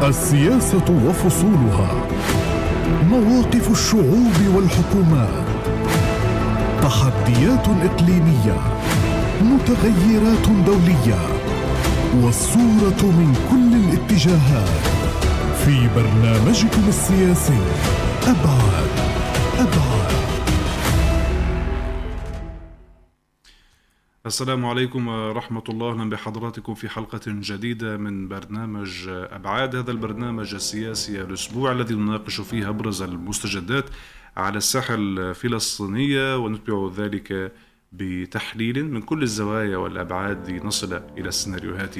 السياسة وفصولها، مواقف الشعوب والحكومات، تحديات إقليمية، متغيرات دولية، والصورة من كل الاتجاهات في برنامجكم السياسي أبعاد. السلام عليكم ورحمة الله. أهلا بحضراتكم في حلقة جديدة من برنامج أبعاد. هذا البرنامج السياسي الأسبوع الذي نناقش فيه أبرز المستجدات على الساحة الفلسطينية، ونتبع ذلك بتحليل من كل الزوايا والأبعاد لنصل إلى السيناريوهات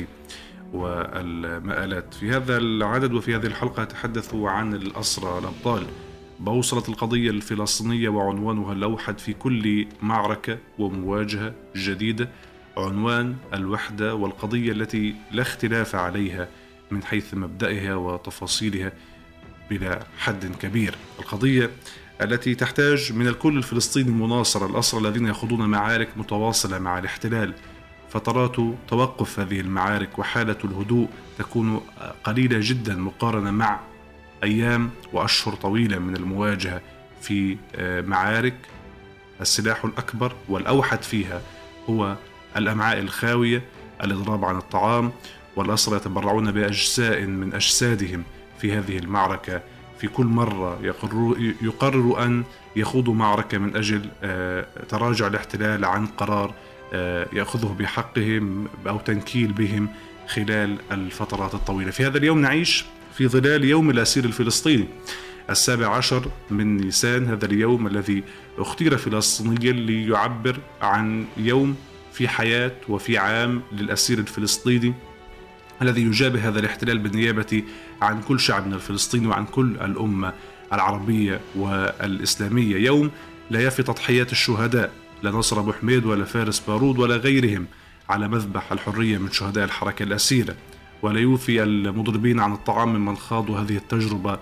والمآلات. في هذا العدد وفي هذه الحلقة أتحدث عن الأسرى الأبطال، بوصلة القضية الفلسطينية وعنوانها الأوحد في كل معركة ومواجهة جديدة، عنوان الوحدة والقضية التي لا اختلاف عليها من حيث مبدئها وتفاصيلها بلا حد كبير. القضية التي تحتاج من الكل الفلسطيني المناصر، الأسرى الذين يخوضون معارك متواصلة مع الاحتلال. فترات توقف هذه المعارك وحالة الهدوء تكون قليلة جدا مقارنة مع أيام وأشهر طويلة من المواجهة في معارك السلاح الأكبر والأوحد فيها هو الأمعاء الخاوية، الإضراب عن الطعام، والأسرى يتبرعون بأجزاء من أجسادهم في هذه المعركة. في كل مرة يقرروا أن يخوضوا معركة من أجل تراجع الاحتلال عن قرار يأخذه بحقهم أو تنكيل بهم خلال الفترات الطويلة. في هذا اليوم نعيش في ظلال يوم الأسير الفلسطيني 17 من نيسان، هذا اليوم الذي اختير فلسطينيا ليعبر عن يوم في حياة وفي عام للأسير الفلسطيني الذي يجابه هذا الاحتلال بالنيابة عن كل شعبنا الفلسطيني وعن كل الأمة العربية والإسلامية. يوم لا يفي تضحيات الشهداء، لا نصر أبو حميد ولا فارس بارود ولا غيرهم على مذبح الحرية من شهداء الحركة الأسيرة، ولا يوفي المضربين عن الطعام ممن خاضوا هذه التجربة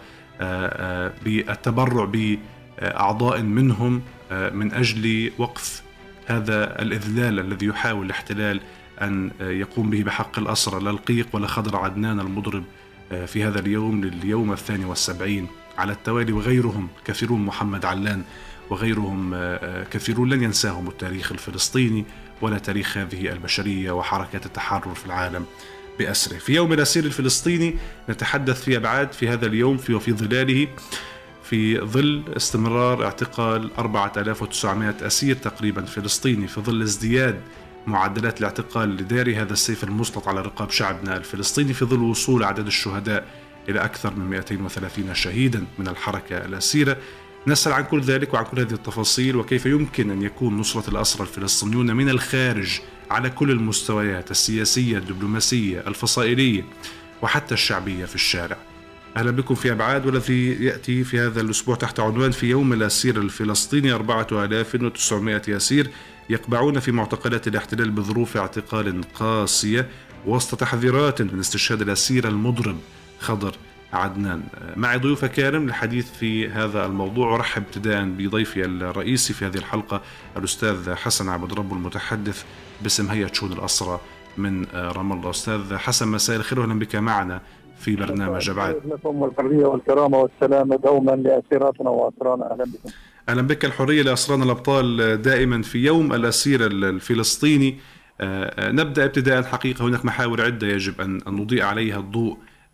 بالتبرع بأعضاء منهم من أجل وقف هذا الإذلال الذي يحاول الاحتلال أن يقوم به بحق الأسرى، لا القيق ولا خضر عدنان المضرب في هذا اليوم لليوم 72 على التوالي، وغيرهم كثيرون، محمد علان وغيرهم كثيرون لن ينساهم التاريخ الفلسطيني ولا تاريخ هذه البشرية وحركات التحرر في العالم بأسره. في يوم الأسير الفلسطيني نتحدث في أبعاد في هذا اليوم وفي ظلاله، في ظل استمرار اعتقال 4900 أسير تقريبا فلسطيني، في ظل ازدياد معدلات الاعتقال لداري هذا السيف المسلط على رقاب شعبنا الفلسطيني، في ظل وصول عدد الشهداء إلى أكثر من 230 شهيدا من الحركة الأسيرة. نسأل عن كل ذلك وعن كل هذه التفاصيل، وكيف يمكن أن يكون نصرة الأسرى الفلسطينيون من الخارج على كل المستويات السياسية، الدبلوماسية، الفصائلية وحتى الشعبية في الشارع. أهلا بكم في أبعاد، والذي يأتي في هذا الأسبوع تحت عنوان في يوم الأسير الفلسطيني. 4900 أسير يقبعون في معتقلات الاحتلال بظروف اعتقال قاسية وسط تحذيرات من استشهاد الأسير المضرب خضر عدنان. معي ضيوف كارم للحديث في هذا الموضوع، ورحب ابتداء بضيفي الرئيسي في هذه الحلقة الأستاذ حسن عبد رب، المتحدث باسم هيئة شؤون الأسرى من رام الله. أستاذ حسن، مساء الخير وأهلا بك معنا في برنامج أبعاد. لكم والحرية والكرامة والسلامة دوما لأسيراتنا وأسرانا. أهلا بكم. أهلا بك. الحرية لأسرانا الأبطال دائما في يوم الأسير الفلسطيني. نبدأ ابتداء. حقيقة هناك محاور عدة يجب أن نضيء عليها الضوء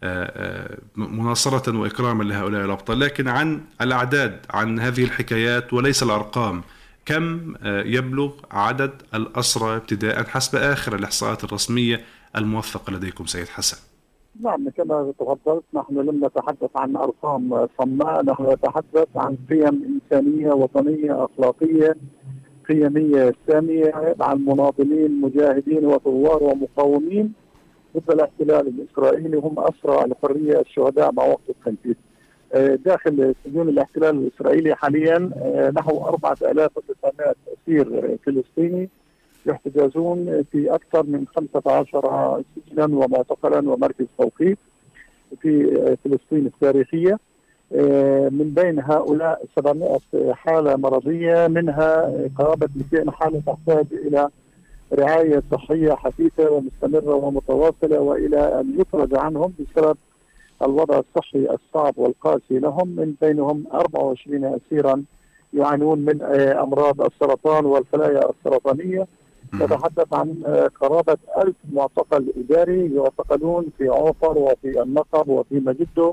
مناصرة وإكراما لهؤلاء الأبطال، لكن عن الأعداد، عن هذه الحكايات وليس الأرقام. كم يبلغ عدد الأسرى ابتداء حسب آخر الإحصاءات الرسمية الموثقة لديكم سيد حسن؟ نعم، كما تفضلت، نحن لم نتحدث عن أرقام صماء، نحن نتحدث عن قيم إنسانية وطنية أخلاقية قيمية إسلامية، عن مناضلين مجاهدين وثوار ومقاومين ضد الاحتلال الإسرائيلي، هم أسرى الحرية الشهداء مع وقت التنفيذ. داخل سجون الاحتلال الإسرائيلي حاليا نحو 4900 أسير فلسطيني يحتجزون في أكثر من 15 سجنا ومعتقلا ومركز توقيف في فلسطين التاريخية. من بين هؤلاء 700 حالة مرضية، منها قرابة 200 حالة تحتاج إلى رعاية صحية حثيثة ومستمرة ومتواصلة، وإلى أن يفرج عنهم بسبب الوضع الصحي الصعب والقاسي لهم، من بينهم 24 أسيرا يعانون من أمراض السرطان والخلايا السرطانية. نتحدث عن قرابة 1000 معتقل إداري يعتقلون في عوفر وفي النقب وفي مجدو،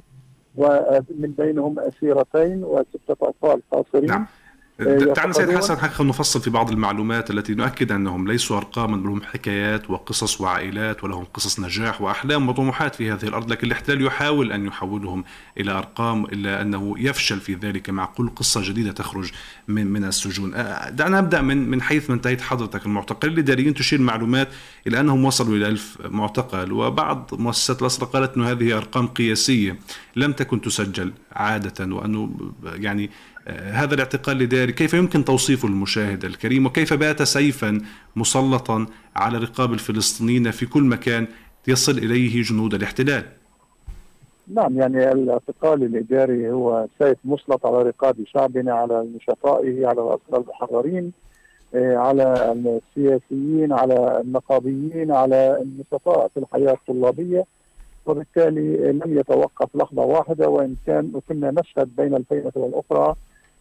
ومن بينهم أسيرتين وستة أطفال قاصرين. نعم. دعنا سيد حسن حقيقة نفصل في بعض المعلومات التي نؤكد أنهم ليسوا أرقاما، بل هم حكايات وقصص وعائلات، ولهم قصص نجاح وأحلام وطموحات في هذه الأرض، لكن الاحتلال يحاول أن يحولهم إلى أرقام، إلا أنه يفشل في ذلك مع كل قصة جديدة تخرج من السجون. دعنا نبدأ من حيث ما انتهيت حضرتك. المعتقلين الإداريين تشير المعلومات إلى أنهم وصلوا إلى 1000 معتقل، وبعض مؤسسات الأسرة قالت أن هذه أرقام قياسية لم تكن تسجل عادة، وأنه يعني هذا الاعتقال الإداري كيف يمكن توصيفه للمشاهد الكريم، وكيف بات سيفا مسلطا على رقاب الفلسطينيين في كل مكان يصل إليه جنود الاحتلال؟ نعم، يعني الاعتقال الإداري هو سيف مسلط على رقاب شعبنا، على نشطائه، على الأسرى المحررين، على السياسيين، على النقابيين، على النشطاء في الحياة الطلابية، وبالتالي لم يتوقف لحظة واحدة. وإن كنا نشهد بين الفينة والأخرى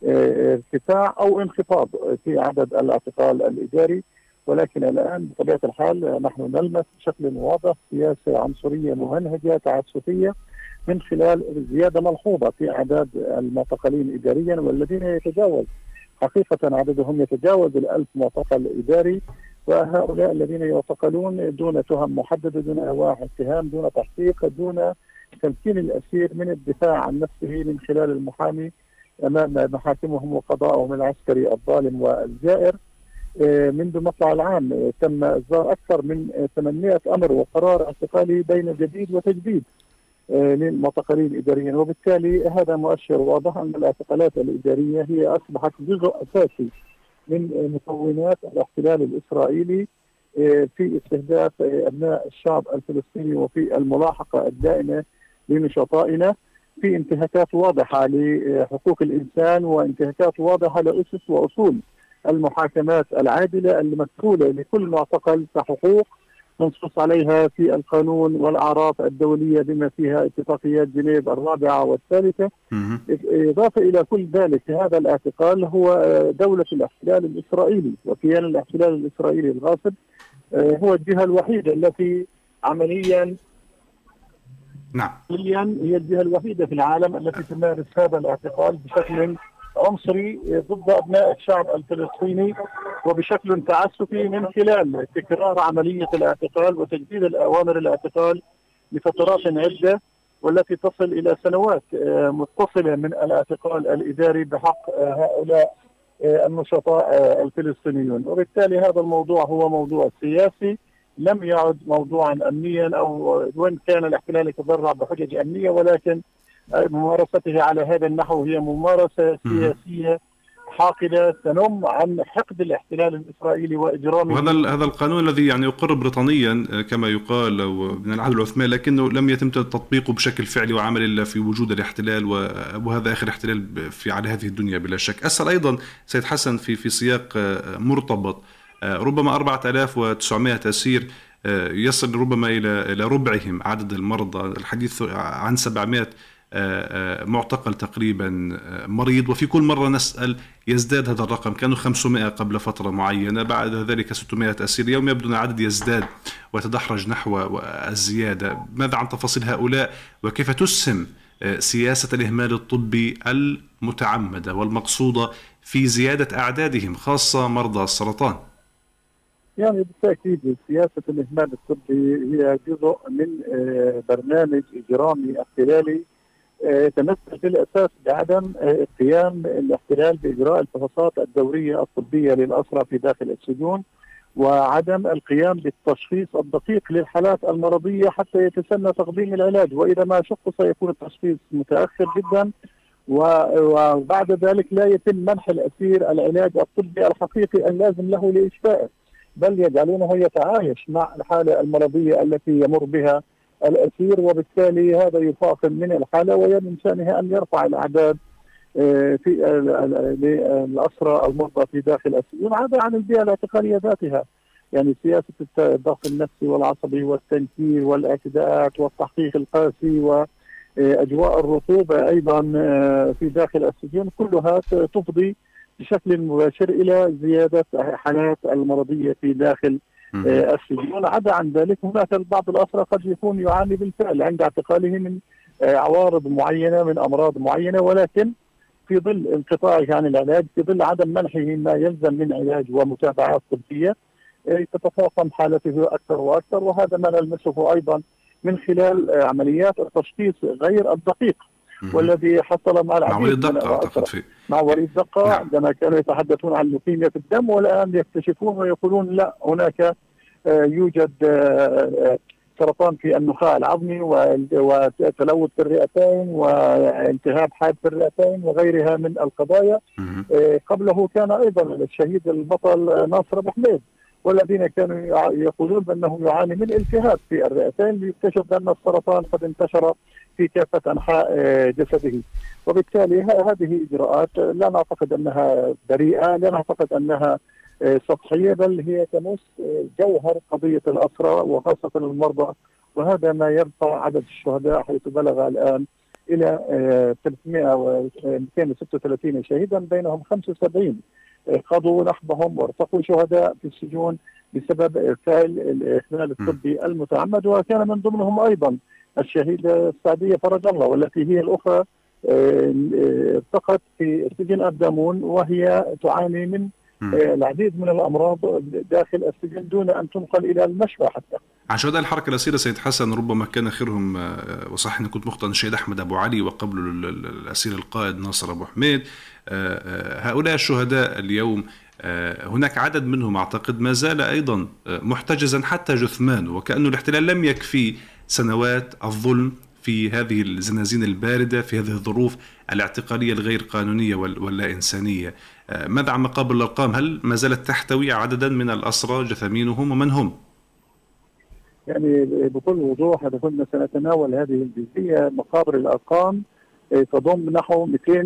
ارتفاع أو انخفاض في عدد الاعتقال الإداري، ولكن الآن بطبيعة الحال نحن نلمس بشكل واضح سياسة عنصرية ممنهجة تعسفية من خلال زيادة ملحوظة في أعداد المعتقلين إداريا، والذين يتجاوز حقيقة عددهم يتجاوز 1000 معتقل إداري. وهؤلاء الذين يعتقلون دون تهم محددة، دون أنواع اتهام، دون تحقيق، دون تمكين الأسير من الدفاع عن نفسه من خلال المحامي أمام محاكمهم وقضاءهم العسكري الظالم والجائر. منذ مطلع العام تم إصدار أكثر من 800 أمر وقرار اعتقالي بين جديد وتجديد للمعتقلين إداريا، وبالتالي هذا مؤشر واضح أن الاعتقالات الإدارية هي أصبحت جزء أساسي من مكونات الاحتلال الإسرائيلي في استهداف أبناء الشعب الفلسطيني، وفي الملاحقة الدائمة لنشطائنا، في انتهاكات واضحة لحقوق الإنسان، وانتهاكات واضحة لأسس وأصول المحاكمات العادلة المكفولة لكل معتقل كحقوق منصوص عليها في القانون والأعراف الدولية بما فيها اتفاقيات جنيف الرابعة والثالثة. إضافة إلى كل ذلك، هذا الاعتقال هو دولة الاحتلال الإسرائيلي وكيان الاحتلال الإسرائيلي الغاصب، هو الجهة الوحيدة التي عمليا هي الجهة الوحيدة في العالم التي تمارس هذا الاعتقال بشكل عنصري ضد أبناء الشعب الفلسطيني، وبشكل تعسفي من خلال تكرار عملية الاعتقال وتجديد الأوامر الاعتقال لفترات عدة، والتي تصل إلى سنوات متصلة من الاعتقال الإداري بحق هؤلاء النشطاء الفلسطينيون. وبالتالي هذا الموضوع هو موضوع سياسي، لم يعد موضوعا أمنيا، أو وإن كان الاحتلال يتضرع بحجج أمنية، ولكن ممارسته على هذا النحو هي ممارسة سياسية حاقدة تنم عن حقد الاحتلال الإسرائيلي وإجرامه. وهذا القانون الذي يعني أقر بريطانيا كما يقال من العهد العثماني، لكنه لم يتم تطبيقه بشكل فعلي وعملي إلا في وجود الاحتلال، وهذا آخر احتلال على هذه الدنيا بلا شك. أسأل أيضا سيد حسن في سياق مرتبط، ربما 4900 أسير يصل ربما إلى ربعهم عدد المرضى، الحديث عن 700 معتقل تقريبا مريض، وفي كل مرة نسأل يزداد هذا الرقم. كانوا 500 قبل فترة معينة، بعد ذلك 600 أسير. اليوم يبدو أن العدد يزداد ويتدحرج نحو الزيادة. ماذا عن تفاصيل هؤلاء، وكيف تسهم سياسة الإهمال الطبي المتعمدة والمقصودة في زيادة أعدادهم، خاصة مرضى السرطان؟ يعني بالتأكيد سياسة الإهمال الطبي هي جزء من برنامج إجرامي احتلالي يتمثل في الأساس بعدم قيام الاحتلال بإجراء الفحوصات الدورية الطبية للأسرى في داخل السجون، وعدم القيام بالتشخيص الدقيق للحالات المرضية حتى يتسنى تقديم العلاج، وإذا ما شق سيكون التشخيص متأخر جدا، وبعد ذلك لا يتم منح الأسير العلاج الطبي الحقيقي اللازم له لإشفائه، بل يجعلونه يتعايش مع الحالة المرضية التي يمر بها الأسير، وبالتالي هذا يفاقم من الحالة، ومن شأنه أن يرفع الأعداد في الأسرى المرضى في داخل السجون. هذا عن البيئة الاعتقالية ذاتها، يعني سياسة الضغط النفسي والعصبي والتنكيل والاعتداءات والتحقيق القاسي أجواء الرطوبة أيضا في داخل السجون، كلها تفضي بشكل مباشر إلى زيادة حالات المرضية في داخل السجون. عدا عن ذلك هناك بعض الأسرى قد يكون يعاني بالفعل عند اعتقاله من عوارض معينة، من أمراض معينة، ولكن في ظل انقطاعه عن العلاج، في ظل عدم منحه ما يلزم من علاج ومتابعات طبية، تتفاقم حالته أكثر وأكثر. وهذا ما نلمسه أيضا من خلال عمليات التشخيص غير الدقيق والذي حصل مع العديد مع وليد دقة أعتقد فيه مع وليد دقة. نعم. عندما كانوا يتحدثون عن لوكيميا في الدم، والآن يكتشفون ويقولون لا، هناك يوجد سرطان في النخاع العظمي وتلوث في الرئتين والتهاب حاد في الرئتين وغيرها من القضايا. قبله كان أيضا الشهيد البطل ناصر أبو حميد، والذين كانوا يقولون بأنه يعاني من التهاب في الرئتين، ليكتشف بأن السرطان قد انتشر في كافة أنحاء جسده. وبالتالي هذه إجراءات لا نعتقد أنها بريئة، لا نعتقد أنها سطحية، بل هي تمس جوهر قضية الأسرى وخاصة المرضى. وهذا ما يرفع عدد الشهداء حيث بلغ الآن إلى 236 شهيدا، بينهم 75 قضوا نحبهم وارتقوا شهداء في السجون بسبب إرسال الإخلال الطبي المتعمد. وكان من ضمنهم أيضا الشهيدة السعدية فرج الله، والتي هي الأخرى ارتقت في سجن الدامون وهي تعاني من العديد من الأمراض داخل السجن دون أن تنقل إلى المشفى حتى. عن شهداء الحركة الأسيرة سيد حسن، ربما كان آخرهم، وصح إن كنت مخطئا، الشهيد أحمد أبو علي، وقبل الأسير القائد ناصر أبو حميد. هؤلاء الشهداء اليوم هناك عدد منهم أعتقد ما زال أيضا محتجزا حتى جثمانه، وكأنه الاحتلال لم يكفي سنوات الظلم في هذه الزنازين الباردة، في هذه الظروف الاعتقالية الغير قانونية واللا إنسانية. ماذا عن مقابر الأرقام؟ هل ما زالت تحتوي عددا من الأسرى جثامينهم، ومن هم؟ يعني بكل وضوح إذا كنا سنتناول هذه الجزئية، مقابر الأرقام تضم نحو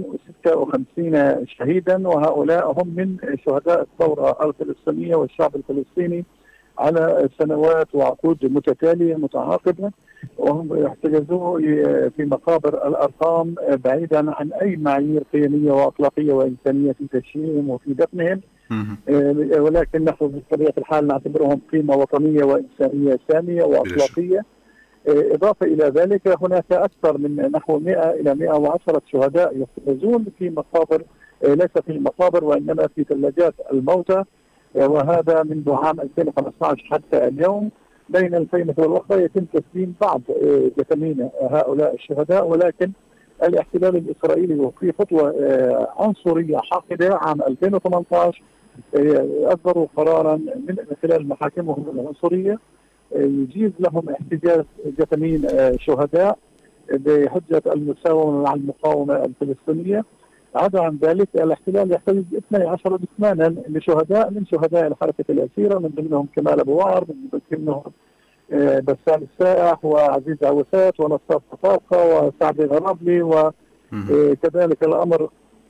256 شهيدا، وهؤلاء هم من شهداء الثورة الفلسطينية والشعب الفلسطيني على سنوات وعقود متتالية متعاقبة، وهم يحتجزوا في مقابر الأرقام بعيدا عن أي معايير قيمية وأخلاقية وإنسانية في تشييعهم وفي دفنهم. ولكن نحن بطبيعة الحال نعتبرهم قيمة وطنية وإنسانية سامية وأخلاقية. إضافة إلى ذلك هناك أكثر من نحو 100 إلى 110 شهداء يحتجزون في مقابر، ليس في مقابر وإنما في ثلاجات الموتى، وهذا منذ عام 2015 حتى اليوم. بين الفينة والأخرى يتم تسليم بعض جثامين هؤلاء الشهداء، ولكن الاحتلال الإسرائيلي وفي خطوة عنصرية حاقدة عام 2018 أصدروا قرارا من خلال محاكمهم العنصرية يجيز لهم احتجاز جثامين شهداء بحجة المساومة مع المقاومة الفلسطينية. عدا عن ذلك الاحتلال يحتجز 12 جثمانا لشهداء من شهداء الحركة الأسيرة، من ضمنهم كمال أبو وعر، من ضمنهم بسام السائح وعزيز عوسات ونصار صفاقة وسعد الغرابلي، وكذلك الأمر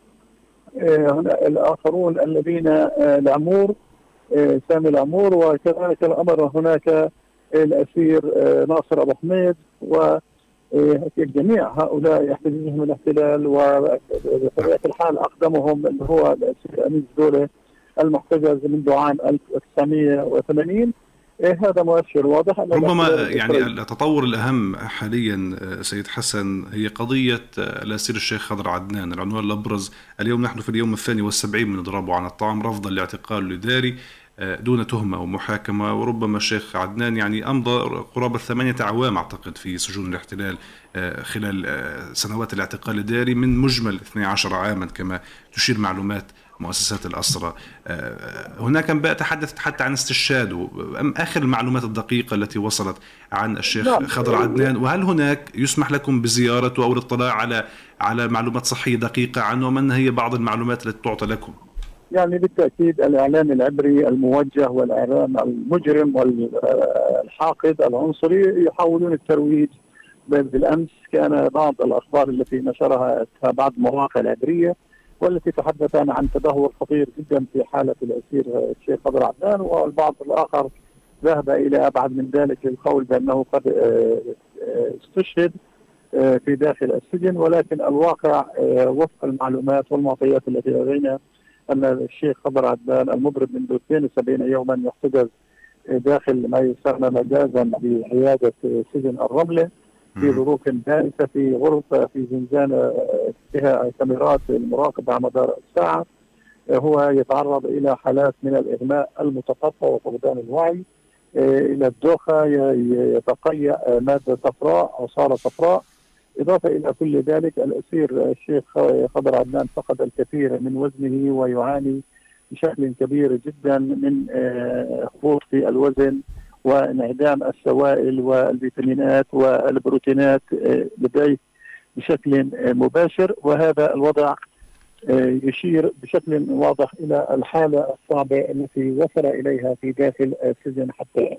الآخرون الذين العمور، سامي العمور، وكذلك الأمر هناك الأسير ناصر أبو حميد، وجميع هؤلاء يحتجزهم الاحتلال. وبطبيعة الحال أقدمهم اللي هو الأسير أمين الدولة المحتجز منذ عام 1980. هذا مؤشر واضح. ربما يعني التطور الأهم حاليا سيد حسن هي قضية الأسير الشيخ خضر عدنان، العنوان الأبرز اليوم. نحن في اليوم 72 من إضرابه عن الطعام رفضا لاعتقال الإداري دون تهمة ومحاكمة. وربما الشيخ عدنان يعني أمضى قرابة 8 أعوام أعتقد في سجون الاحتلال خلال سنوات الاعتقال الإداري من مجمل 12 عاما كما تشير معلومات مؤسسات الأسرة. هناك بقى تحدثت حتى عن استشهاده. آخر المعلومات الدقيقة التي وصلت عن الشيخ خضر عدنان، وهل هناك يسمح لكم بزيارته أو الاطلاع على معلومات صحية دقيقة عنه؟ ومن هي بعض المعلومات التي تعطى لكم؟ يعني بالتأكيد الإعلام العبري الموجه والإعلام المجرم والحاقد العنصري يحاولون الترويج. بالأمس كان بعض الأخبار التي نشرها بعض المواقع العبرية والتي تحدثان عن تدهور خطير جدا في حالة الأسير الشيخ خضر عدنان، والبعض الآخر ذهب إلى أبعد من ذلك للقول بأنه قد استشهد في داخل السجن، ولكن الواقع وفق المعلومات والمعطيات التي لدينا أن الشيخ خضر عدنان المضرب منذ 72 يوما يحتجز داخل ما يسمى مجازا بعيادة سجن الرملة في ظروف بائسة، في غرفة في زنزانة فيها كاميرات المراقبة على مدار الساعة. هو يتعرض إلى حالات من الإغماء المتقطع وفقدان الوعي، إلى الدوخة، يتقيأ مادة صفراء أو صارة صفراء. إضافة إلى كل ذلك الأسير الشيخ خضر عدنان فقد الكثير من وزنه ويعاني بشكل كبير جدا من هبوط في الوزن وانعدام السوائل والفيتامينات والبروتينات لديه بشكل مباشر، وهذا الوضع يشير بشكل واضح إلى الحالة الصعبة التي وصل إليها في داخل السجن حتى الآن.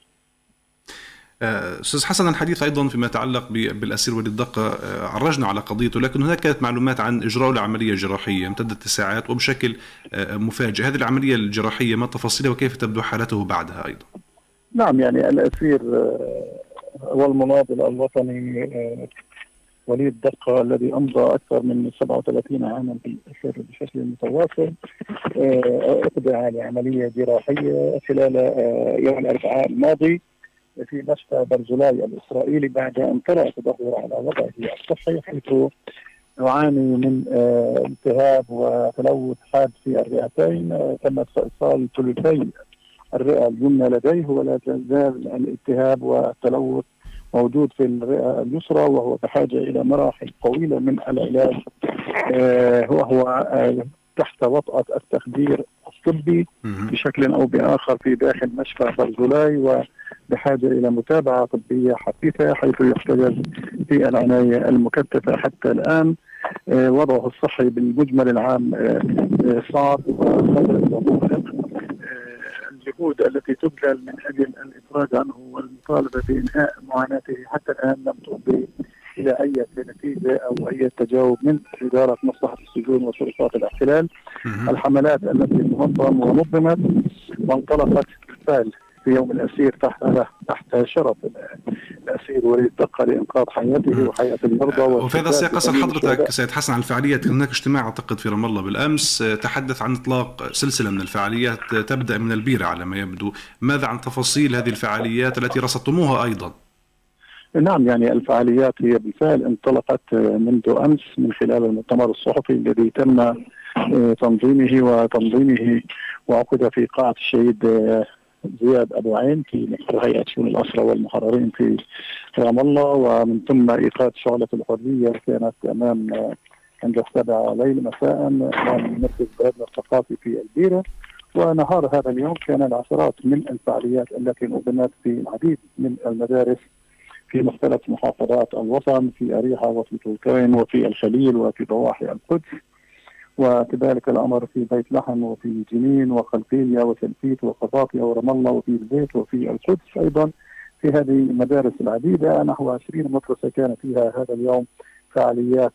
أستاذ حسن، الحديث أيضا فيما يتعلق بالأسير وليد دقة عرجنا على قضيته، لكن هناك كانت معلومات عن إجراء لعملية جراحية امتدت ساعات وبشكل مفاجئ. هذه العملية الجراحية ما تفاصيلها وكيف تبدو حالته بعدها أيضا؟ نعم، يعني الأسير والمناضل الوطني وليد دقة الذي أمضى أكثر من 37 عاما في الأسر بشكل متواصل أخضع لعملية جراحية خلال يوم الأربعاء الماضي في مشفى برزولاي الإسرائيلي بعد أن طرأ تدهور على وضعه الصحي، حيث يعاني من التهاب وتلوث حاد في الرئتين. تم استئصال ثلثي الرئة اليمنى لديه، ولا تزال الالتهاب والتلوث موجود في الرئة اليسرى، وهو بحاجة إلى مراحل طويلة من العلاج، وهو تحت وطأة التخدير الطبي بشكل أو بآخر في داخل مشفى برزولاي، وبحاجة إلى متابعة طبية حثيثة، حيث يحتجز في العناية المكثفة حتى الآن. وضعه الصحي بالمجمل العام صعب ومرهق. الجهود التي تبذل من أجل الإفراج عنه والمطالبة بإنهاء معاناته حتى الآن لم تؤدي إلى أي نتيجة أو أي تجاوب من إدارة مصلحة السجون وسلطات الاحتلال. الحملات التي تنظم ونظمت وانطلقت بالفعل في يوم الأسير تحت شرف الأسير وليد دقة لإنقاذ حياته وحياة المرضى. وفي هذا السياق أسأل حضرتك سيد حسن عن الفعاليات. هناك اجتماع أعتقد في رام الله بالأمس تحدث عن إطلاق سلسلة من الفعاليات تبدأ من البيرة على ما يبدو. ماذا عن تفاصيل هذه الفعاليات التي رصدتموها أيضا؟ نعم، يعني الفعاليات هي بالفعل انطلقت منذ أمس من خلال المؤتمر الصحفي الذي تم تنظيمه وعقد في قاعة الشهيد زياد أبو عين في مقر هيئة شؤون الأسرى والمحررين في رام الله، ومن ثم إيقاد شعلة الحرية كانت عند 7 ليل مساء أمام مركز بلدنا الثقافي في البيرة. ونهار هذا اليوم كان العشرات من الفعاليات التي نظمت في العديد من المدارس في مختلف محافظات الوطن، في أريحة وفي طولكرم وفي الخليل وفي ضواحي القدس، وكذلك الأمر في بيت لحم وفي جنين وخلفية وسلفيت وقطاطية ورام الله وفي البيت وفي القدس. أيضا في هذه المدارس العديدة نحو 20 مدرسة كان فيها هذا اليوم فعاليات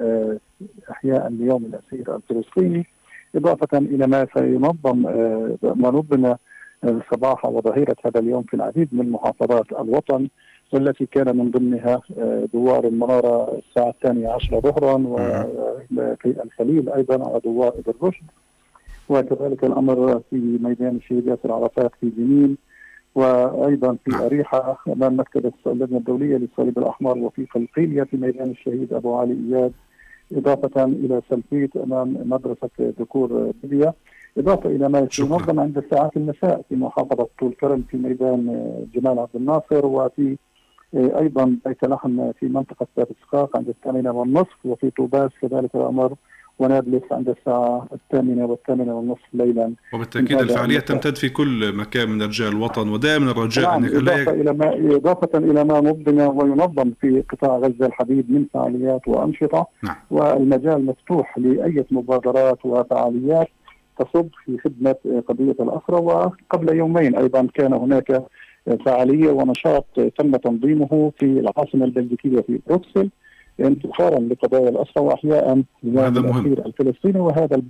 إحياء ليوم الأسير الفلسطيني، إضافة إلى ما سينظم منظمة صباح وظهيرة هذا اليوم في العديد من محافظات الوطن، والتي كان من ضمنها دوار المنارة الساعة 12 ظهرا، وفي الخليل أيضا على دوار ابن رشد، وكذلك الأمر في ميدان الشهيد ياسر عرفات في جنين، وأيضا في أريحة أمام مكتب اللجنة الدولية للصليب الأحمر، وفي قلقيلية في ميدان الشهيد أبو علي إياد، إضافة إلى سلفيت أمام مدرسة ذكور ليبيا، إضافة إلى ما ينظم عند الساعات المساء في محافظة طولكرم في ميدان جمال عبد الناصر، وفي أيضا بيت لحم في منطقة باب السقاق عند 8:30، وفي طوباس كذلك الأمر، ونابلس عند الساعة 8 و8:30 ليلا. وبالتأكيد الفعاليات تمتد في كل مكان من أرجاء الوطن، ودائما الرجاء أن إضافة إلى ما نظم وينظم في قطاع غزة الحديد من فعاليات وأنشطة. والمجال مفتوح لأي مبادرات وفعاليات تصب في خدمة قضية الأسرى. وقبل يومين أيضا كان هناك فعالية ونشاط تم تنظيمه في العاصمة البلجيكية في بروكسل انتصارا لقضايا الأسرى وأحياء للأسير الفلسطيني، وهذا البعد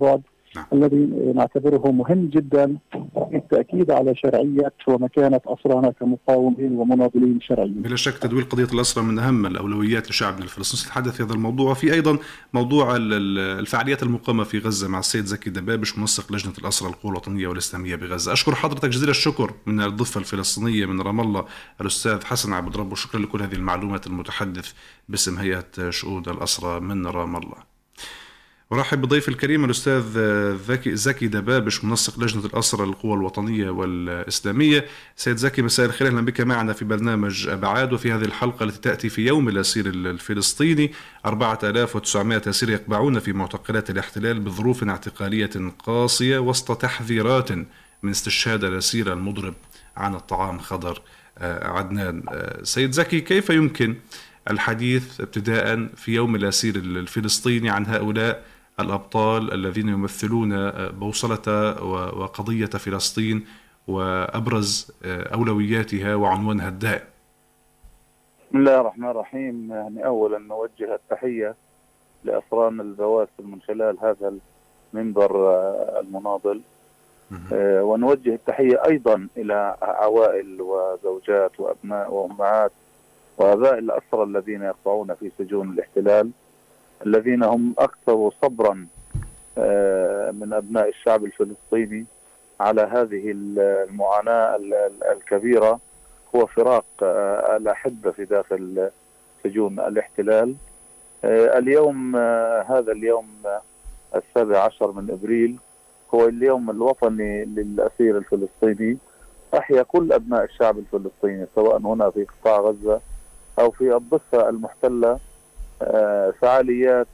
الذي نعتبره مهم جدا للتأكيد على شرعية ومكانة أسرانا كمقاومين ومناضلين شرعيين. بلا شك تدوير قضية الأسرى من أهم الأولويات لشعبنا الفلسطيني. نتحدث في هذا الموضوع، وفي أيضا موضوع الفعاليات المقامة في غزة مع السيد زكي دبابش منسق لجنة الأسرى القوى الوطنية والإسلامية بغزة. أشكر حضرتك جزيل الشكر من الضفة الفلسطينية من رام الله الأستاذ حسن عبد رب، وشكرا لكل هذه المعلومات المتحدث باسم هيئة شؤون الأسرى من رام الله. ورحب بضيف الكريم الأستاذ زكي دبابش منسق لجنة الأسرى للقوى الوطنية والإسلامية. سيد زكي، مساء الخير، أهلا بك معنا في برنامج أبعاد، وفي هذه الحلقة التي تأتي في يوم الأسير الفلسطيني. 4900 أسير يقبعون في معتقلات الاحتلال بظروف اعتقالية قاسية وسط تحذيرات من استشهاد الأسير المضرب عن الطعام خضر عدنان. سيد زكي، كيف يمكن الحديث ابتداء في يوم الأسير الفلسطيني عن هؤلاء الأبطال الذين يمثلون بوصلة وقضية فلسطين وأبرز أولوياتها وعنوانها الدائم؟ بسم الله الرحمن الرحيم. يعني أولا نوجه التحية لأسرانا البواسل من خلال هذا المنبر المناضل، ونوجه التحية أيضا إلى عوائل وزوجات وأبناء وأمهات وآباء الأسرى الذين يقطعون في سجون الاحتلال، الذين هم أكثر صبرا من أبناء الشعب الفلسطيني على هذه المعاناة الكبيرة، هو فراق الأحبة في داخل سجون الاحتلال. اليوم هذا اليوم 17 من إبريل هو اليوم الوطني للأسير الفلسطيني. أحيا كل أبناء الشعب الفلسطيني سواء هنا في قطاع غزة أو في الضفة المحتلة فعاليات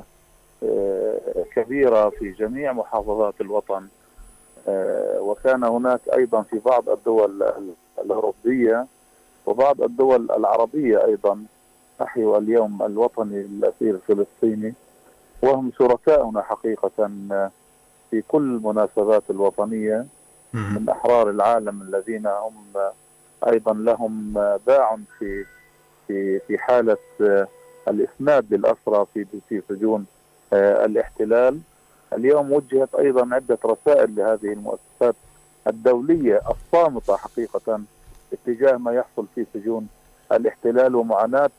كبيرة في جميع محافظات الوطن، وكان هناك أيضا في بعض الدول الأوروبية وبعض الدول العربية أيضا أحيوا اليوم الوطني للأسير الفلسطيني، وهم شركاؤنا حقيقة في كل المناسبات الوطنية من أحرار العالم الذين هم أيضا لهم باع في حالة الإسناد للأسرى في سجون الاحتلال. اليوم وجهت أيضا عدة رسائل لهذه المؤسسات الدولية الصامتة حقيقة اتجاه ما يحصل في سجون الاحتلال ومعاناة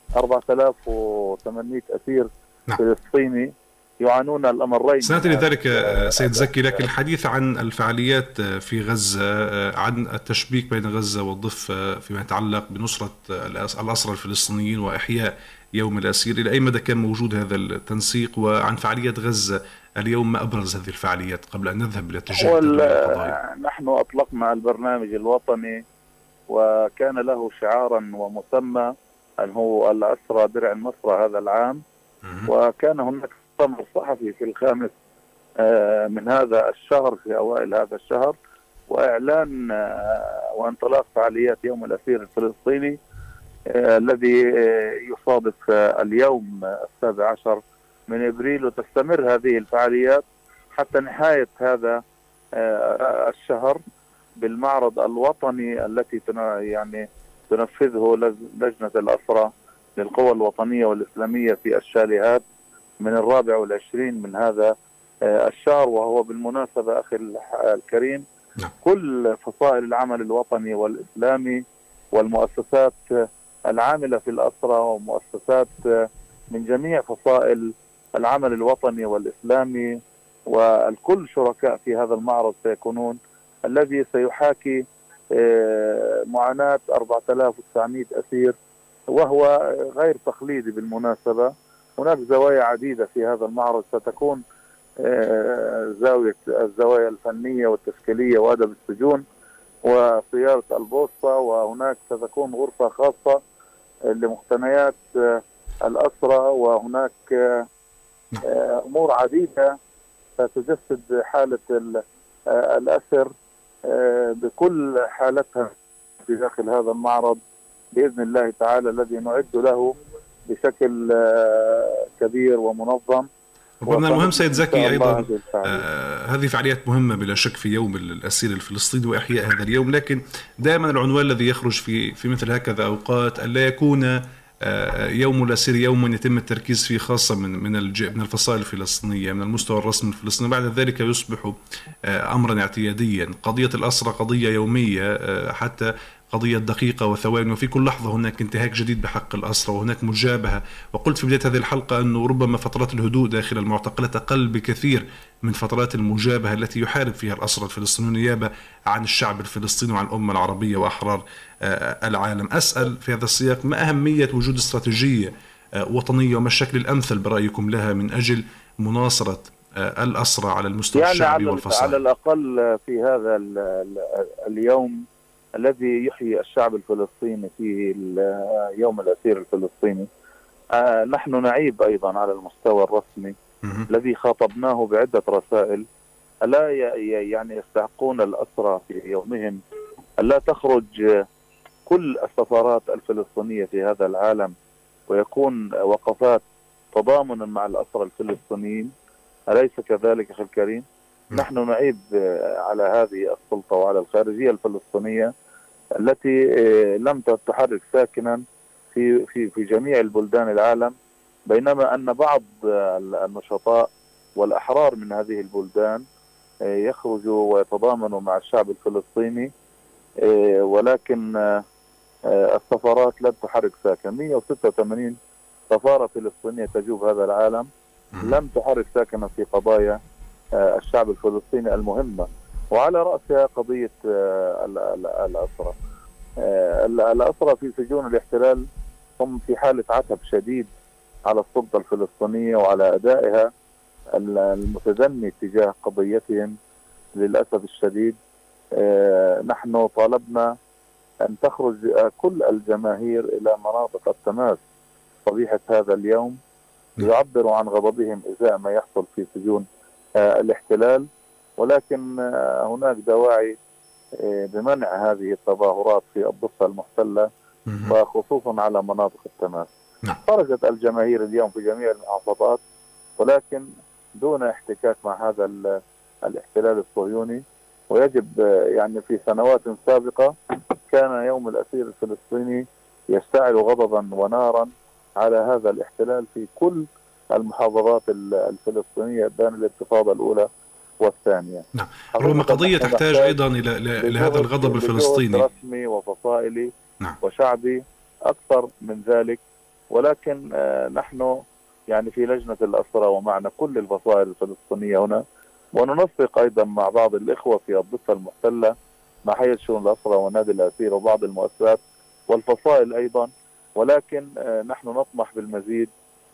4800 أسير فلسطيني يعانون الأمرين. سنأتي لذلك سيد زكي، لكن الحديث عن الفعاليات في غزة، عن التشبيك بين غزة والضفة فيما يتعلق بنصرة الأسرى الفلسطينيين وإحياء يوم الأسير، إلى أي مدى كان موجود هذا التنسيق؟ وعن فعاليات غزة اليوم، ما أبرز هذه الفعاليات قبل أن نذهب إلى اتجاه القضايا؟ نحن أطلقنا البرنامج الوطني وكان له شعارا ومسمى أن هو الأسرى درع النصرة هذا العام، وكان هناك مؤتمر صحفي في 5 من هذا الشهر في أوائل هذا الشهر، وإعلان وانطلاق فعاليات يوم الأسير الفلسطيني الذي يصادف اليوم 17 من إبريل، وتستمر هذه الفعاليات حتى نهاية هذا الشهر بالمعرض الوطني التي يعني تنفذه لجنة الأسرى للقوى الوطنية والإسلامية في الشاليهات من 24 من هذا الشهر. وهو بالمناسبة أخي الكريم كل فصائل العمل الوطني والإسلامي والمؤسسات العاملة في الأسرى ومؤسسات من جميع فصائل العمل الوطني والإسلامي والكل شركاء في هذا المعرض سيكونون، الذي سيحاكي معاناة 4900 أسير، وهو غير تقليدي بالمناسبة. هناك زوايا عديدة في هذا المعرض، ستكون الزوايا الفنية والتشكيلية وأدب السجون وصياغة البوسطة، وهناك ستكون غرفة خاصة لمقتنيات الأسرى، وهناك أمور عديدة ستجسد حالة الأسر بكل حالتها في داخل هذا المعرض بإذن الله تعالى، الذي نعد له بشكل كبير ومنظم. ومن المهم سيد زكي أيضا هذه فعاليات مهمة بلا شك في يوم الأسير الفلسطيني وإحياء هذا اليوم، لكن دائما العنوان الذي يخرج في مثل هكذا أوقات ألا يكون يوم الأسير يوم يتم التركيز فيه خاصة من الفصائل الفلسطينية من المستوى الرسمي الفلسطيني، بعد ذلك يصبح أمرا اعتياديا. قضية الأسرى قضية يومية، حتى قضية دقيقة وثواني، وفي كل لحظة هناك انتهاك جديد بحق الأسرى وهناك مجابهة. وقلت في بداية هذه الحلقة أنه ربما فترات الهدوء داخل المعتقلات أقل بكثير من فترات المجابهة التي يحارب فيها الأسرى الفلسطينيون نيابة عن الشعب الفلسطيني وعن الأمة العربية وأحرار العالم. أسأل في هذا السياق، ما أهمية وجود استراتيجية وطنية وما الشكل الأمثل برأيكم لها من أجل مناصرة الأسرى على المستوى الشعبي والفصائل؟ على الأقل في هذا اليوم الذي يحيي الشعب الفلسطيني فيه يوم الأسير الفلسطيني، نحن نعيب أيضا على المستوى الرسمي الذي خاطبناه بعدة رسائل، ألا يعني يستحقون الأسرى في يومهم ألا تخرج كل السفارات الفلسطينية في هذا العالم ويكون وقفات تضامنا مع الأسرى الفلسطينيين؟ أليس كذلك أخي الكريم؟ نحن نعيب على هذه السلطة وعلى الخارجية الفلسطينية التي لم تحرك ساكنا في جميع البلدان العالم، بينما أن بعض النشطاء والأحرار من هذه البلدان يخرجوا ويتضامنوا مع الشعب الفلسطيني، ولكن السفارات لم تحرك ساكن. 186 سفارة فلسطينية تجوب هذا العالم لم تحرك ساكنا في قضايا الشعب الفلسطيني المهمة، وعلى رأسها قضية الأسرى. الأسرى في سجون الاحتلال هم في حالة عتب شديد على السلطة الفلسطينية وعلى أدائها المتدني تجاه قضيتهم. للأسف الشديد نحن طالبنا أن تخرج كل الجماهير إلى مناطق التماس صبيحة هذا اليوم ليعبروا عن غضبهم إزاء ما يحصل في سجون الاحتلال، ولكن هناك دواعي بمنع هذه التظاهرات في الضفة المحتلة وخصوصا على مناطق التماس. خرجت الجماهير اليوم في جميع المحافظات ولكن دون احتكاك مع هذا الاحتلال الصهيوني. ويجب يعني في سنوات سابقة كان يوم الأسير الفلسطيني يشتعل غضبا ونارا على هذا الاحتلال في كل المحافظات الفلسطينية بين الانتفاضة الأولى والثانية. نعم، رغم قضية تحتاج أيضا لهذا الغضب الفلسطيني رسمي وفصائلي نعم. وشعبي أكثر من ذلك، ولكن نحن يعني في لجنة الأسرى ومعنا كل الفصائل الفلسطينية هنا، وننسق أيضا مع بعض الإخوة في الضفة المحتلة مع حي شؤون الأسرى ونادي الأسير وبعض المؤسسات والفصائل أيضا، ولكن نحن نطمح بالمزيد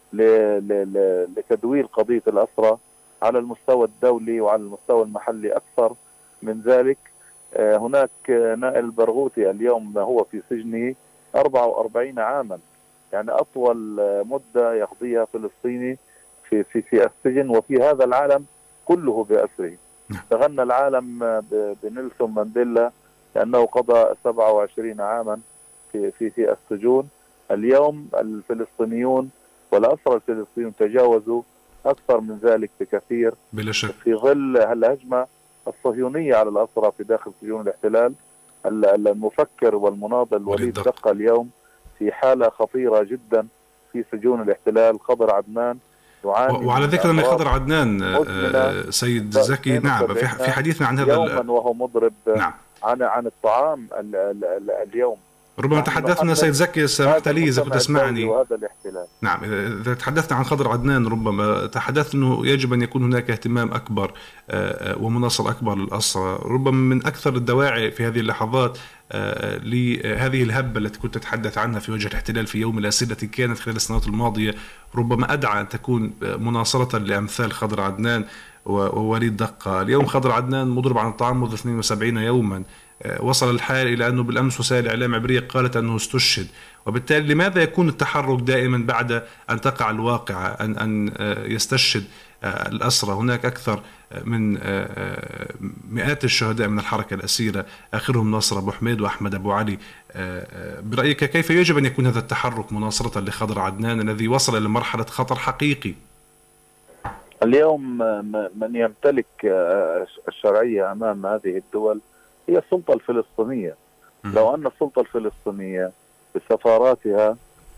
لتدوير قضية الأسرى على المستوى الدولي وعلى المستوى المحلي أكثر من ذلك. هناك نائل البرغوثي اليوم هو في سجنه 44 عاما، يعني أطول مدة يقضيها فلسطيني في السجن، وفي هذا العالم كله بأسره. تغنى العالم بنيلسون مانديلا لأنه قضى 27 عاما في السجون. اليوم الفلسطينيون والأسرى الفلسطينيون تجاوزوا أكثر من ذلك بكثير بلا شك في ظل الهجمة الصهيونية على الأسرى في داخل سجون الاحتلال. المفكر والمناضل وليد دقة اليوم في حالة خطيرة جدا في سجون الاحتلال. خضر عدنان يعاني، وعلى ذكر أن خضر عدنان سيد زكي نعم في حديثنا عن هذا يوما وهو مضرب نعم. عن الطعام اليوم. ربما تحدثنا سيد زكي سمحت لي إذا كنت تسمعني وهذا الاحتلال. نعم، إذا تحدثنا عن خضر عدنان ربما تحدثت أنه يجب أن يكون هناك اهتمام أكبر ومناصرة أكبر للأسرى. ربما من أكثر الدواعي في هذه اللحظات لهذه الهبة التي كنت تتحدث عنها في وجه الاحتلال في يوم الأسير التي كانت خلال السنوات الماضية، ربما أدعى أن تكون مناصرة لأمثال خضر عدنان ووليد دقة. اليوم خضر عدنان مضرب عن الطعام منذ 72 يوما. وصل الحال إلى أنه بالأمس وسائل الإعلام عبرية قالت أنه استشهد. وبالتالي لماذا يكون التحرك دائما بعد أن تقع الواقعة أن يستشهد الأسرى؟ هناك أكثر من مئات الشهداء من الحركة الأسيرة، آخرهم ناصر أبو حميد وأحمد أبو علي. برأيك كيف يجب أن يكون هذا التحرك مناصرة لخضر عدنان الذي وصل إلى مرحلة خطر حقيقي؟ اليوم من يمتلك الشرعية أمام هذه الدول هي السلطة الفلسطينية. لو أن السلطة الفلسطينية بسفاراتها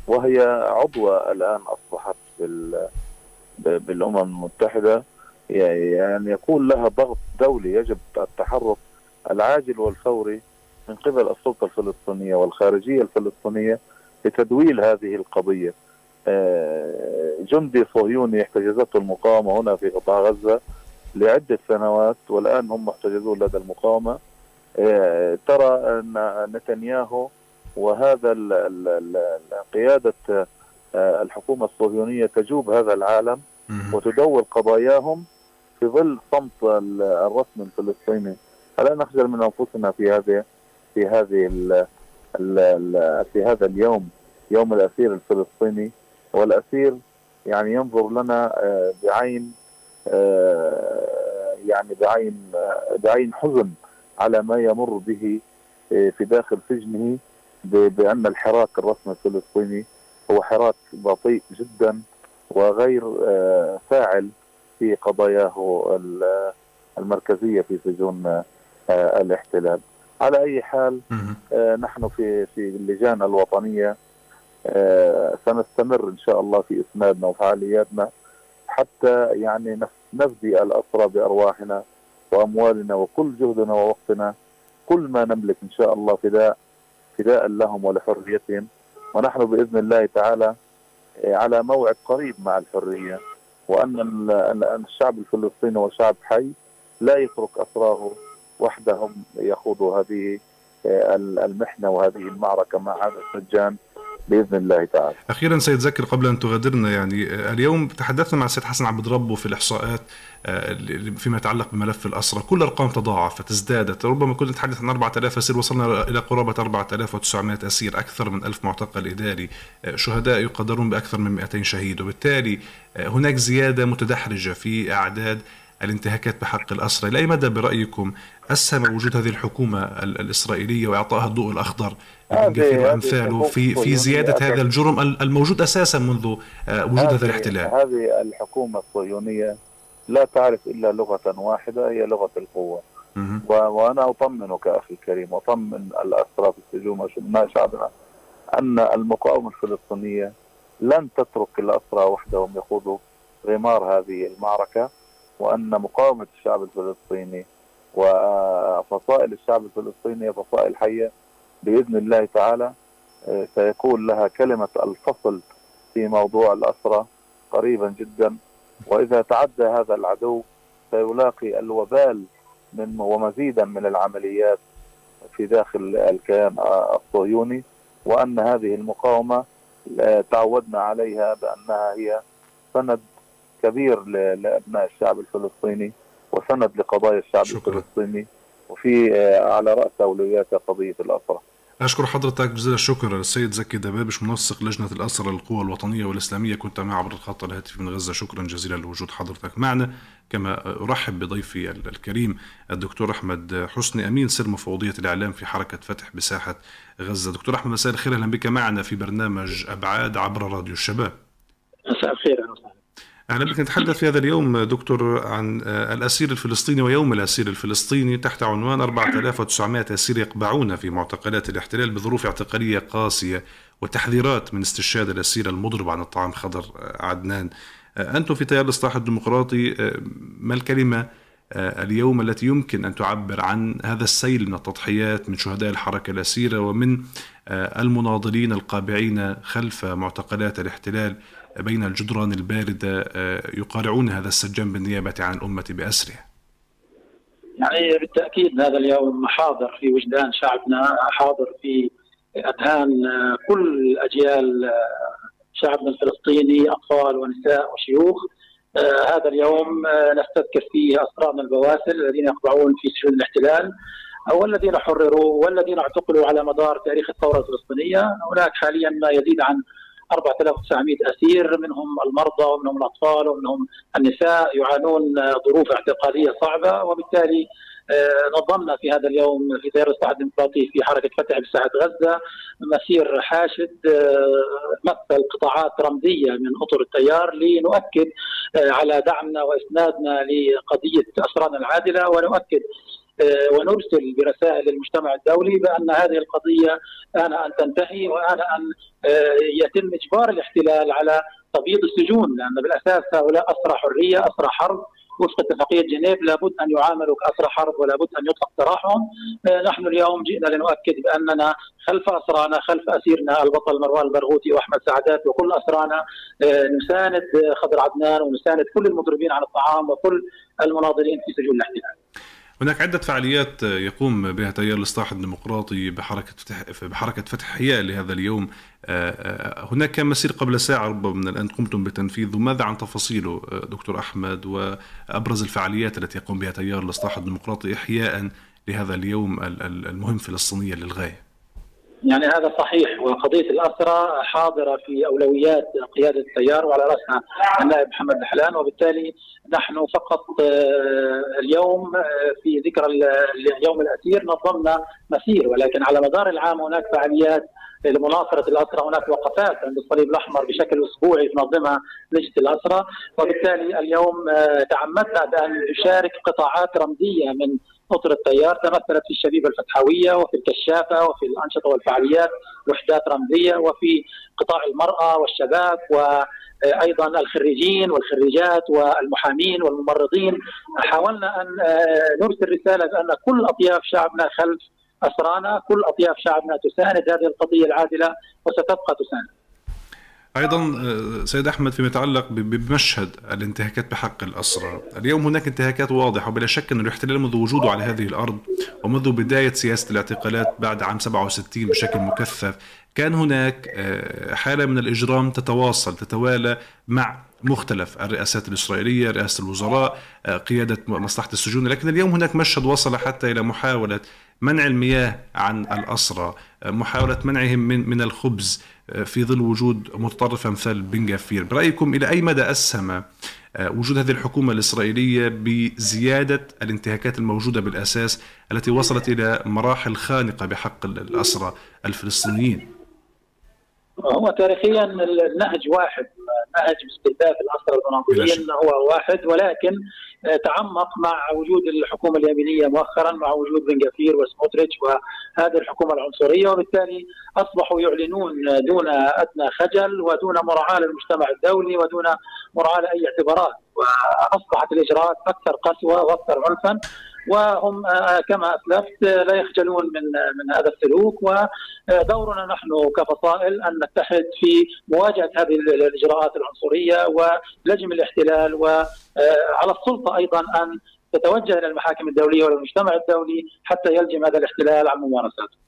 وهي عضوة الآن أصبحت بالأمم المتحدة، يعني يكون لها ضغط دولي. يجب التحرك العاجل والفوري من قبل السلطة الفلسطينية والخارجية الفلسطينية لتدويل هذه القضية. جندي صهيوني احتجزته المقاومة هنا في قطاع غزة لعدة سنوات، والآن هم محتجزون لدى المقاومة. ترى أن نتنياهو وهذا قيادة الحكومة الصهيونية تجوب هذا العالم وتدور قضاياهم في ظل صمت الرسم الفلسطيني. ألا نخجل من أنفسنا في هذا اليوم، يوم الأسير الفلسطيني؟ والأسير يعني ينظر لنا بعين حزن على ما يمر به في داخل سجنه، بأن الحراك الرسمي الفلسطيني هو حراك بطيء جدا وغير فاعل في قضاياه المركزية في سجون الاحتلال. على أي حال نحن في اللجان الوطنية سنستمر إن شاء الله في إسنادنا وفعالياتنا حتى يعني نفدي الأسرى بأرواحنا وأموالنا وكل جهدنا ووقتنا، كل ما نملك إن شاء الله فداء لهم ولحريتهم. ونحن بإذن الله تعالى على موعد قريب مع الحرية، وأن الشعب الفلسطيني هو شعب حي لا يترك أسراه وحدهم يخوضوا هذه المحنة وهذه المعركة مع هذا السجان بإذن الله تعالى. أخيرا سيد زكي قبل أن تغادرنا، يعني اليوم تحدثنا مع السيد حسن عبد ربه في الإحصاءات فيما يتعلق بملف الأسرى، كل أرقام تضاعفت ازدادت. ربما كنا نتحدث عن 4000 أسير، وصلنا إلى قرابة 4900 أسير، أكثر من 1000 معتقل إداري، شهداء يقدرون بأكثر من 200 شهيد، وبالتالي هناك زيادة متدحرجة في أعداد الانتهاكات بحق الأسرى. إلى أي مدى برأيكم أسهم وجود هذه الحكومة الإسرائيلية وإعطائها الضوء الأخضر وأمثاله في زيادة هذا الجرم الموجود أساسا منذ وجود هذا الاحتلال؟ هذه الحكومة الصهيونية لا تعرف إلا لغة واحدة، هي لغة القوة. وأنا أطمنك أخي الكريم، وأطمن الأسرى في السجون وشبناء شعبنا أن المقاومة الفلسطينية لن تترك الأسرى وحدهم يخوضوا غمار هذه المعركة، وأن مقاومة الشعب الفلسطيني وفصائل الشعب الفلسطيني هي فصائل حية بإذن الله تعالى. سيكون لها كلمة الفصل في موضوع الأسرى قريبا جدا، وإذا تعدى هذا العدو سيلاقي الوبال ومزيدا من العمليات في داخل الكيان الصهيوني. وأن هذه المقاومة تعودنا عليها بأنها هي سند كبير لأبناء الشعب الفلسطيني وسند لقضايا الشعب الفلسطيني، وفي على رأس أولوياتها قضية الأسرى. أشكر حضرتك جزيل الشكر السيد زكي دبابش، منسق لجنة الأسرى للقوى الوطنية والإسلامية، كنت معي عبر الخط الهاتفي من غزة. شكرا جزيلا لوجود حضرتك معنا. كما أرحب بضيفي الكريم الدكتور أحمد حسني، أمين سر مفوضية الإعلام في حركة فتح بساحة غزة. دكتور أحمد، مساء الخير، أهلا بك معنا في برنامج أبعاد عبر راديو الشباب. مساء الخير. أهلا بك. نتحدث في هذا اليوم دكتور عن الأسير الفلسطيني ويوم الأسير الفلسطيني تحت عنوان 4900 أسير يقبعون في معتقلات الاحتلال بظروف اعتقالية قاسية، وتحذيرات من استشهاد الأسير المضرب عن الطعام خضر عدنان. أنتم في تيار الإصلاح الديمقراطي، ما الكلمة اليوم التي يمكن أن تعبر عن هذا السيل من التضحيات من شهداء الحركة الأسيرة ومن المناضلين القابعين خلف معتقلات الاحتلال بين الجدران الباردة يقارعون هذا السجان بالنيابة عن الأمة بأسره؟ يعني بالتأكيد هذا اليوم حاضر في وجدان شعبنا، حاضر في أذهان كل أجيال شعبنا الفلسطيني، أطفال ونساء وشيوخ. هذا اليوم نستذكر فيه أسرانا البواسل الذين يقبعون في سجون الاحتلال، والذين حرروا والذين اعتقلوا على مدار تاريخ الثورة الفلسطينية. هناك حاليا ما يزيد عن 4900 أسير، منهم المرضى ومنهم الأطفال ومنهم النساء، يعانون ظروف اعتقالية صعبة. وبالتالي نظمنا في هذا اليوم في تيار الإصلاح الديمقراطي في حركة فتح بساحة غزة مسير حاشد مثل قطاعات رمزية من أطر التيار لنؤكد على دعمنا وإسنادنا لقضية أسرانا العادلة، ونؤكد ونرسل برسائل للمجتمع الدولي بأن هذه القضية آن أن تنتهي وآن أن يتم إجبار الاحتلال على تبييض السجون، لأن بالأساس هؤلاء أسرى حرية، أسرى حرب وفق اتفاقية جنيف، لابد أن يعاملوا كأسرى حرب ولابد أن يطلق سراحهم. نحن اليوم جئنا لنؤكد بأننا خلف أسرانا، خلف أسيرنا البطل مروان البرغوثي وأحمد سعدات وكل أسرانا، نساند خضر عدنان ونساند كل المضربين عن الطعام وكل المناضلين في سجون الاحتلال. هناك عدة فعاليات يقوم بها تيار الإصلاح الديمقراطي بحركة فتح إحياء لهذا اليوم. هناك كان مسير قبل ساعة ربما من الآن قمتم بتنفيذه، ماذا عن تفاصيله دكتور أحمد، وأبرز الفعاليات التي يقوم بها تيار الإصلاح الديمقراطي إحياء لهذا اليوم المهم فلسطينيا للغاية؟ يعني هذا صحيح، وقضية الأسرى حاضرة في أولويات قيادة التيار وعلى رأسها النائب محمد دحلان، وبالتالي نحن فقط اليوم في ذكرى اليوم الأسير نظمنا مسير، ولكن على مدار العام هناك فعاليات لمناصرة الأسرى، هناك وقفات عند الصليب الأحمر بشكل أسبوعي تنظمها لجنة الأسرى، وبالتالي اليوم تعمدنا بأن نشارك قطاعات رمزية من أطر التيار تمثلت في الشبيبة الفتحوية وفي الكشافة وفي الأنشطة والفعاليات وحدات رمزية، وفي قطاع المرأة والشباب وأيضا الخريجين والخريجات والمحامين والممرضين. حاولنا أن نرسل رسالة بأن كل أطياف شعبنا خلف أسرانا، كل أطياف شعبنا تساند هذه القضية العادلة وستبقى تساند. أيضا سيد أحمد، فيما يتعلق بمشهد الانتهاكات بحق الأسرى، اليوم هناك انتهاكات واضحة، وبلا شك أن الاحتلال منذ وجوده على هذه الأرض ومنذ بداية سياسة الاعتقالات بعد عام 67 بشكل مكثف كان هناك حالة من الإجرام تتوالى مع مختلف الرئاسات الإسرائيلية، رئاسة الوزراء، قيادة مصلحة السجون. لكن اليوم هناك مشهد وصل حتى إلى محاولة منع المياه عن الأسرى، محاولة منعهم من الخبز في ظل وجود متطرف أمثال بن غفير. برأيكم إلى أي مدى أسهم وجود هذه الحكومة الإسرائيلية بزيادة الانتهاكات الموجودة بالأساس التي وصلت إلى مراحل خانقة بحق الأسرى الفلسطينيين؟ هو تاريخيا النهج واحد، نهج استهداف الأسرى المناضلين هو واحد، ولكن تعمق مع وجود الحكومة اليمينية مؤخرا، مع وجود بن غفير وسموتريتش وهذه الحكومة العنصرية، وبالتالي أصبحوا يعلنون دون أدنى خجل ودون مراعاة للمجتمع الدولي ودون مراعاة لأي اعتبارات، وأصبحت الإجراءات أكثر قسوة وأكثر عنفا، وهم كما أسلفت لا يخجلون من هذا السلوك. ودورنا نحن كفصائل أن نتحد في مواجهة هذه الإجراءات العنصرية ولجم الاحتلال، وعلى السلطة أيضا أن تتوجه إلى المحاكم الدولية والمجتمع الدولي حتى يلجم هذا الاحتلال عن ممارساته.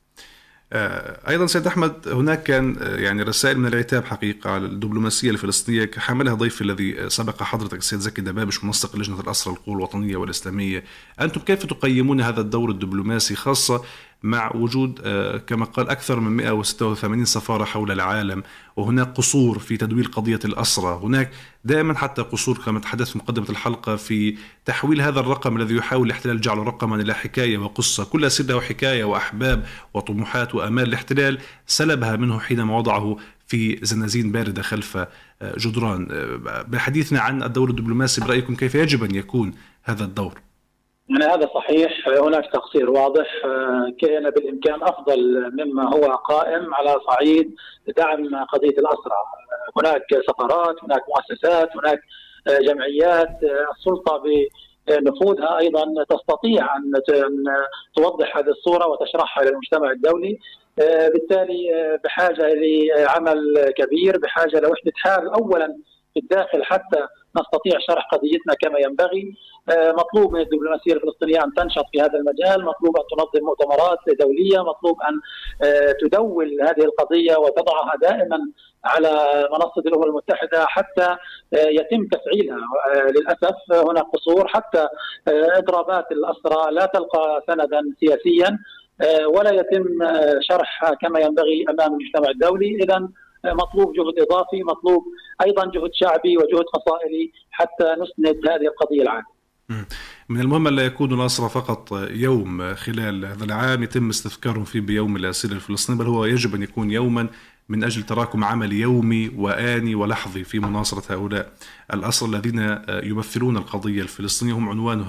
أيضا سيد أحمد، هناك كان يعني رسائل من العتاب حقيقة على الدبلوماسية الفلسطينية حملها ضيف الذي سبق حضرتك السيد زكي دبابش منسق لجنة الأسرى القوى الوطنية والإسلامية. أنتم كيف تقيمون هذا الدور الدبلوماسي، خاصة مع وجود كما قال أكثر من 186 سفارة حول العالم، وهناك قصور في تدوير قضية الأسرى، هناك دائما حتى قصور كما تحدثت في مقدمة الحلقة في تحويل هذا الرقم الذي يحاول الاحتلال جعله رقما إلى حكاية وقصة، كل أسير له حكاية وأحباب وطموحات وآمال. الاحتلال سلبها منه حينما وضعه في زنازين باردة خلف جدران. بحديثنا عن الدور الدبلوماسي، برأيكم كيف يجب أن يكون هذا الدور؟ يعني هذا صحيح، هناك تقصير واضح، كان بالإمكان أفضل مما هو قائم على صعيد دعم قضية الأسرى. هناك سفارات، هناك مؤسسات، هناك جمعيات، السلطة بنفوذها أيضا تستطيع أن توضح هذه الصورة وتشرحها للمجتمع الدولي. بالتالي بحاجة لعمل كبير، بحاجة لوحدة حال أولا في الداخل حتى نستطيع شرح قضيتنا كما ينبغي. مطلوب من الدبلوماسية الفلسطينية أن تنشط في هذا المجال، مطلوب أن تنظم مؤتمرات دولية، مطلوب أن تدول هذه القضية وتضعها دائما على منصة الأمم المتحدة حتى يتم تفعيلها. للأسف هناك قصور، حتى إضرابات الأسرى لا تلقى سندا سياسيا ولا يتم شرحها كما ينبغي أمام المجتمع الدولي. إذن مطلوب جهد إضافي، مطلوب أيضا جهد شعبي وجهد فصائلي حتى نسند هذه القضية العامة. من المهم لا يكون الأسرى فقط يوم خلال هذا العام يتم استذكارهم فيه بيوم الأسير الفلسطيني، بل هو يجب أن يكون يوما من أجل تراكم عمل يومي وآني ولحظي في مناصرة هؤلاء الأسرى الذين يمثلون القضية الفلسطينية، هم عنوانها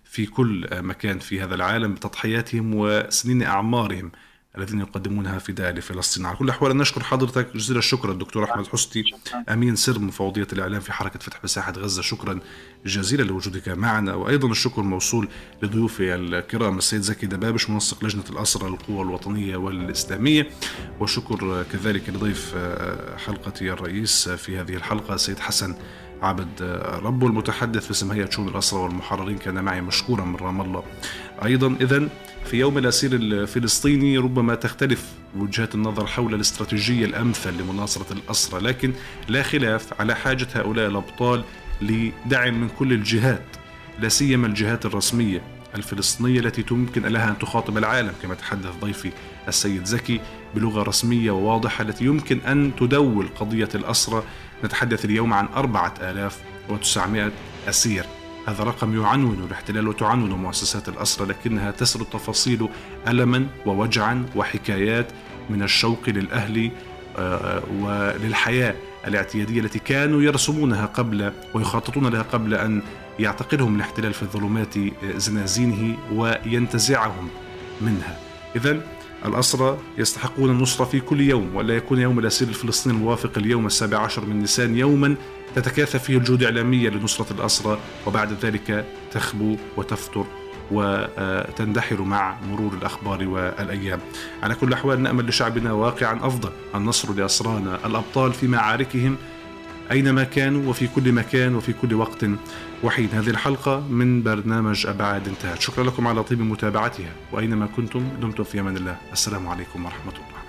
في كل مكان في هذا العالم بتضحياتهم وسنين أعمارهم الذين يقدمونها فداء لفلسطين. على كل الأحوال نشكر حضرتك جزيل الشكر الدكتور أحمد حسني، أمين سر مفوضية الإعلام في حركة فتح مساحة غزة. شكرا جزيلا لوجودك معنا، وأيضا الشكر موصول لضيوفي الكرام السيد زكي دبابش منسق لجنة الأسرى للقوى الوطنية والإسلامية، وشكر كذلك لضيف حلقتي الرئيس في هذه الحلقة السيد حسن عبد ربه المتحدث باسم هيئة شؤون الأسرى والمحررين، كان معي مشكورا من رام الله. أيضا إذن في يوم الأسير الفلسطيني ربما تختلف وجهات النظر حول الاستراتيجية الأمثل لمناصرة الأسرى، لكن لا خلاف على حاجة هؤلاء الأبطال لدعم من كل الجهات، لا سيما الجهات الرسمية الفلسطينية التي تمكن لها أن تخاطب العالم كما تحدث ضيفي السيد زكي بلغة رسمية وواضحة، التي يمكن أن تدول قضية الأسرى. نتحدث اليوم عن 4900 أسير، هذا رقم يعنون الاحتلال وتعنون مؤسسات الأسرى، لكنها تسرد تفاصيل ألما ووجعا وحكايات من الشوق للأهل وللحياة الاعتيادية التي كانوا يرسمونها قبل ويخططون لها قبل أن يعتقلهم الاحتلال في ظلمات زنازينه وينتزعهم منها. إذن الأسرى يستحقون النصرة في كل يوم، ولا يكون يوم الأسير الفلسطيني الموافق اليوم 17 من نيسان يوما تتكاثف فيه الجهود الإعلامية لنصرة الأسرى، وبعد ذلك تخبو وتفتر وتندحر مع مرور الأخبار والأيام. على كل الأحوال نأمل لشعبنا واقعا أفضل، النصر لأسرانا الأبطال في معاركهم أينما كانوا وفي كل مكان وفي كل وقت وحين. هذه الحلقة من برنامج أبعاد انتهت، شكرا لكم على طيب متابعتها، وأينما كنتم دمتم في أمان الله. السلام عليكم ورحمة الله.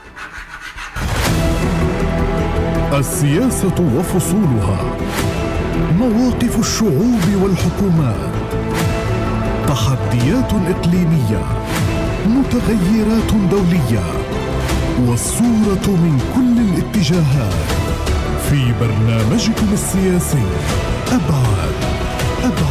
السياسة وفصولها، مواقف الشعوب والحكومات، تحديات إقليمية، متغيرات دولية، والصورة من كل الاتجاهات في برنامجكم السياسي أبعاد.